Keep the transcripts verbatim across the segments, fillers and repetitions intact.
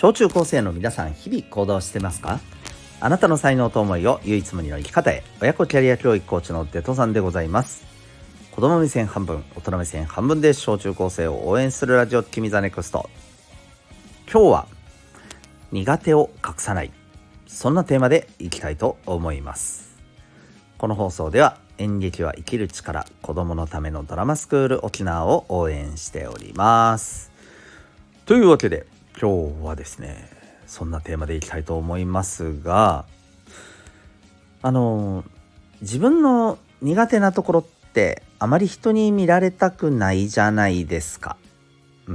小中高生の皆さん、日々行動してますか？あなたの才能と思いを唯一無二の生き方へ。親子キャリア教育コーチのデトさんでございます。子供目線半分、大人目線半分で小中高生を応援するラジオ君ザネクスト。今日は苦手を隠さない、そんなテーマでいきたいと思います。この放送では演劇は生きる力、子供のためのドラマスクール沖縄を応援しております。というわけで今日はですね、そんなテーマでいきたいと思いますが、あの自分の苦手なところってあまり人に見られたくないじゃないですか。うん。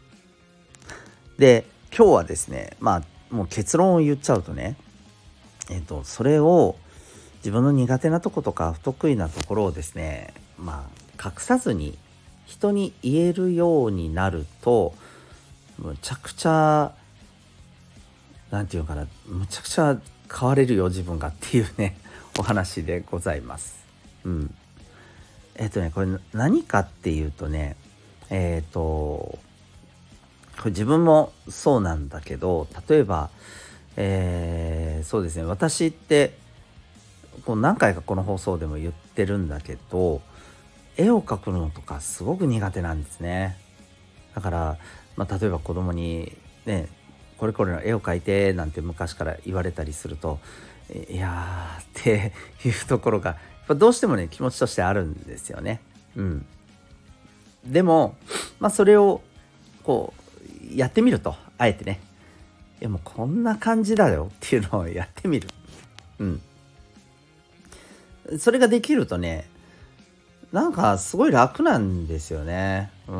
で、今日はですね、まあもう結論を言っちゃうとね、えっとそれを自分の苦手なところとか不得意なところをですね、まあ隠さずに人に言えるようになると、むちゃくちゃなんていうかな、むちゃくちゃ変われるよ自分がっていうねお話でございます。うん。えっとねこれ何かっていうとね、えっとこれ自分もそうなんだけど、例えば、えー、そうですね、私ってこう何回かこの放送でも言ってるんだけど、絵を描くのとかすごく苦手なんですね。だから、まあ、例えば子供にね、これこれの絵を描いてなんて昔から言われたりすると、いやーっていうところがやっぱどうしてもね気持ちとしてあるんですよね。うん。でも、まあ、それをこうやってみると、あえてね、いやもうこんな感じだよっていうのをやってみる。うん。それができるとね、なんかすごい楽なんですよね。うん。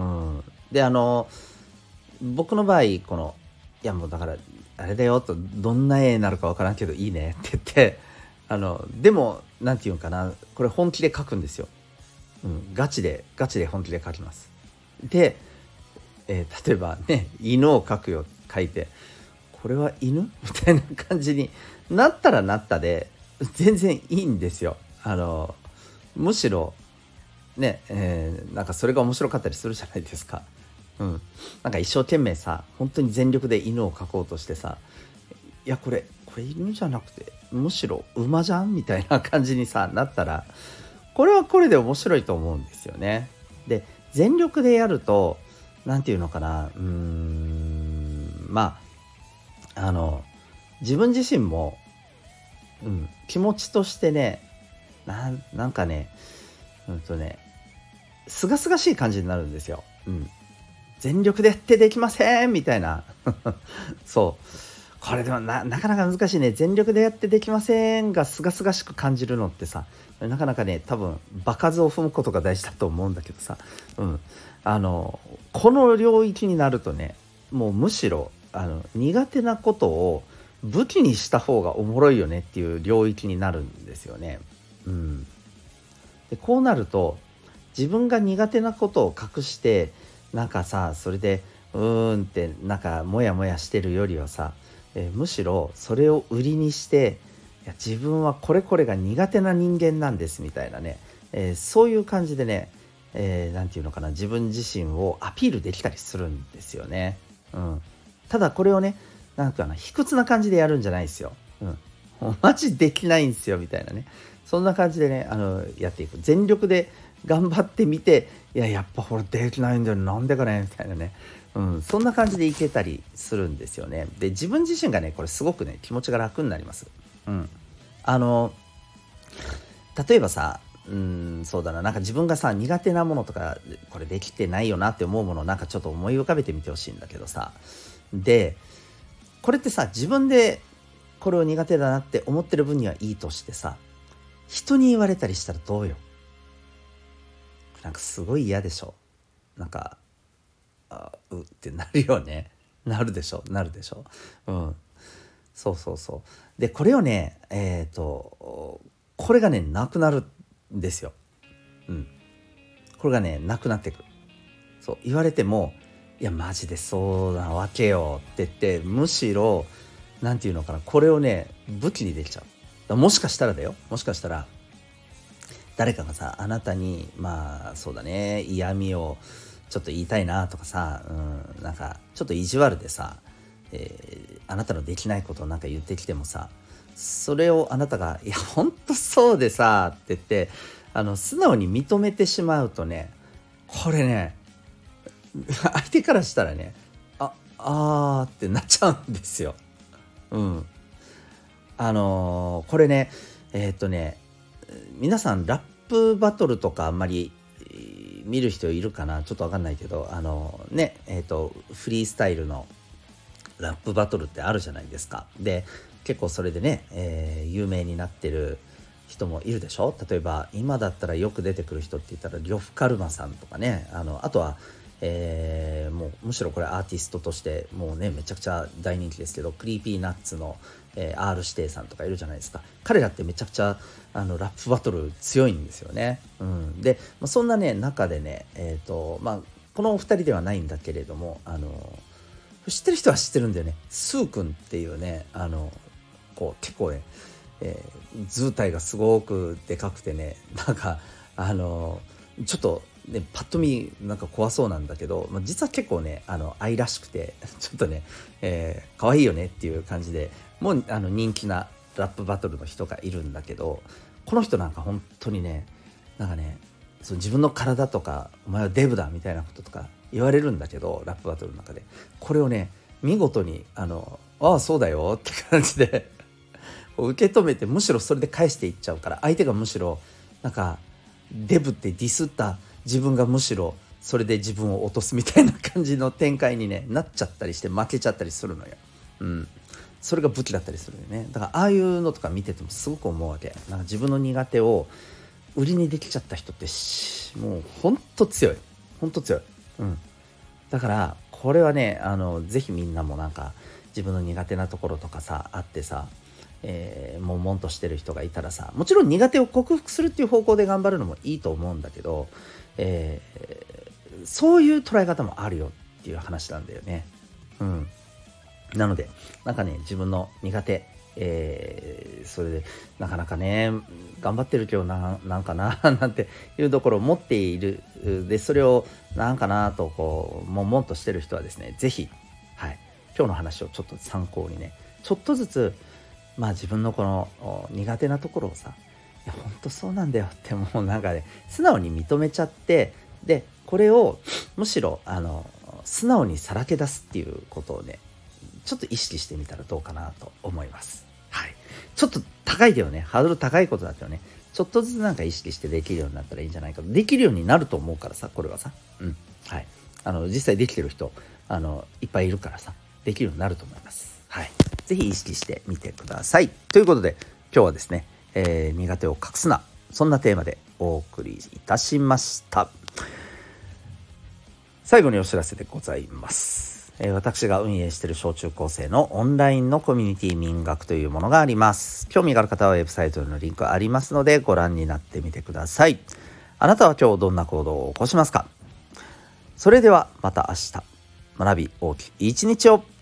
で、あの僕の場合、このいやもうだからあれだよと、どんな絵になるかわからんけどいいねって言って、あのでもなんていうかな、これ本気で描くんですよ。うん、ガチでガチで本気で描きます。で、えー、例えばね、犬を描くよ描いて、これは犬みたいな感じになったらなったで全然いいんですよ。あのむしろね、えー、なんかそれが面白かったりするじゃないですか。うん、なんか一生懸命さ、本当に全力で犬を描こうとしてさ、いやこれこれ犬じゃなくてむしろ馬じゃんみたいな感じにさなったら、これはこれで面白いと思うんですよね。で、全力でやるとなんていうのかな、うーんまああの自分自身も、うん、気持ちとしてね、な ん, なんかねうんとねすがすがしい感じになるんですよ。うん、全力でやってできませんみたいなそうこれでも な, なかなか難しいね。全力でやってできませんがすがすがしく感じるのってさ、なかなかね、多分場数を踏むことが大事だと思うんだけどさ、うん、あのこの領域になるとね、もうむしろあの苦手なことを武器にした方がおもろいよねっていう領域になるんですよね。うん、でこうなると自分が苦手なことを隠して、なんかさ、それでうーんってなんかモヤモヤしてるよりはさ、えーむしろそれを売りにして、いや自分はこれこれが苦手な人間なんですみたいなね、えーそういう感じでね、えー、なんていうのかな、自分自身をアピールできたりするんですよね。うん、ただこれをね、なんかな、卑屈な感じでやるんじゃないですよ。うん、マジできないんですよみたいなね、そんな感じでね、あのやっていく。全力で頑張ってみて、いややっぱこれできないんだよ、なんでかねみたいなね、うん、そんな感じでいけたりするんですよね。で、自分自身がね、これすごくね気持ちが楽になります。うん、あの例えばさ、うん、そうだな、なんか自分がさ苦手なものとか、これできてないよなって思うものをなんかちょっと思い浮かべてみてほしいんだけどさ、でこれってさ、自分でこれを苦手だなって思ってる分にはいいとしてさ、人に言われたりしたらどうよ。なんかすごい嫌でしょ。なんかあうってなるよね。なるでしょなるでしょ。うん、そうそうそう。でこれをね、えっ、ー、とこれがねなくなるんですよ。うん、これがねなくなっていく。そう言われても、いやマジでそうなわけよって言って、むしろなんていうのかな、これをね武器にできちゃう。だからもしかしたらだよ、もしかしたら誰かがさ、あなたにまあそうだね、嫌味をちょっと言いたいなとかさ、うん、なんかちょっと意地悪でさ、 えー、あなたのできないことをなんか言ってきてもさ、それをあなたがいや本当そうでさって言ってあの素直に認めてしまうとね、これね相手からしたらね、ああーってなっちゃうんですよ。うん。あのーこれね、えーっとね、皆さんラップバトルとかあんまりえー見る人いるかな、ちょっとわかんないけど、あのね、えーっとフリースタイルのラップバトルってあるじゃないですか。で、結構それでね、えー有名になってる人もいるでしょ。例えば今だったらよく出てくる人って言ったら呂布カルマさんとかね、あのあとは、えーもうむしろこれアーティストとしてもうねめちゃくちゃ大人気ですけど、クリーピーナッツの、えー R 指定さんとかいるじゃないですか。彼らってめちゃくちゃあのラップバトル強いんですよね。うん、で、まあ、そんなね中でね、えーとまあ、このお二人ではないんだけれども、あの知ってる人は知ってるんだよね。スー君っていうね、あのこう結構ね、えー図体がすごくでかくてね、なんかあのちょっとねパッと見なんか怖そうなんだけど、まあ、実は結構ねあの愛らしくてちょっとね、えー、可愛いよねっていう感じで、もうあの人気なラップバトルの人がいるんだけど、この人なんか本当にね、なんかね、その自分の体とかお前はデブだみたいなこととか言われるんだけど、ラップバトルの中でこれをね見事にあのああそうだよって感じで受け止めて、むしろそれで返していっちゃうから、相手がむしろなんかデブってディスった自分がむしろそれで自分を落とすみたいな感じの展開に、ね、なっちゃったりして負けちゃったりするのよ。うん、それが武器だったりするよね。だからああいうのとか見ててもすごく思うわけ。なんか自分の苦手を売りにできちゃった人ってもうほんと強い、ほんと強い。うん、だからこれはね、あのぜひみんなもなんか自分の苦手なところとかさあってさ、えー、悶々としてる人がいたらさ、もちろん苦手を克服するっていう方向で頑張るのもいいと思うんだけど、えー、そういう捉え方もあるよっていう話なんだよね。うん。なのでなんかね自分の苦手、えー、それでなかなかね頑張ってるけどななんかななんていうところを持っている。でそれをなんかなとこう悶々としてる人はですね、ぜひ、はい、今日の話をちょっと参考にね、ちょっとずつまあ自分のこの苦手なところをさ、いや本当そうなんだよってもうなんかね素直に認めちゃって、でこれをむしろあの素直にさらけ出すっていうことをねちょっと意識してみたらどうかなと思います。はい。ちょっと高いけどね、ハードル高いことだけどね、ちょっとずつなんか意識してできるようになったらいいんじゃないかと。できるようになると思うからさ、これはさ、うん、はい。あの実際できてる人あのいっぱいいるからさ、できるようになると思います。はい。ぜひ意識してみてください。ということで今日はですね、えー、苦手を隠すな、そんなテーマでお送りいたしました。最後にお知らせでございます。えー、私が運営している小中高生のオンラインのコミュニティ民学というものがあります。興味がある方はウェブサイトのリンクありますのでご覧になってみてください。あなたは今日どんな行動を起こしますか？それではまた明日、学び大きい一日を。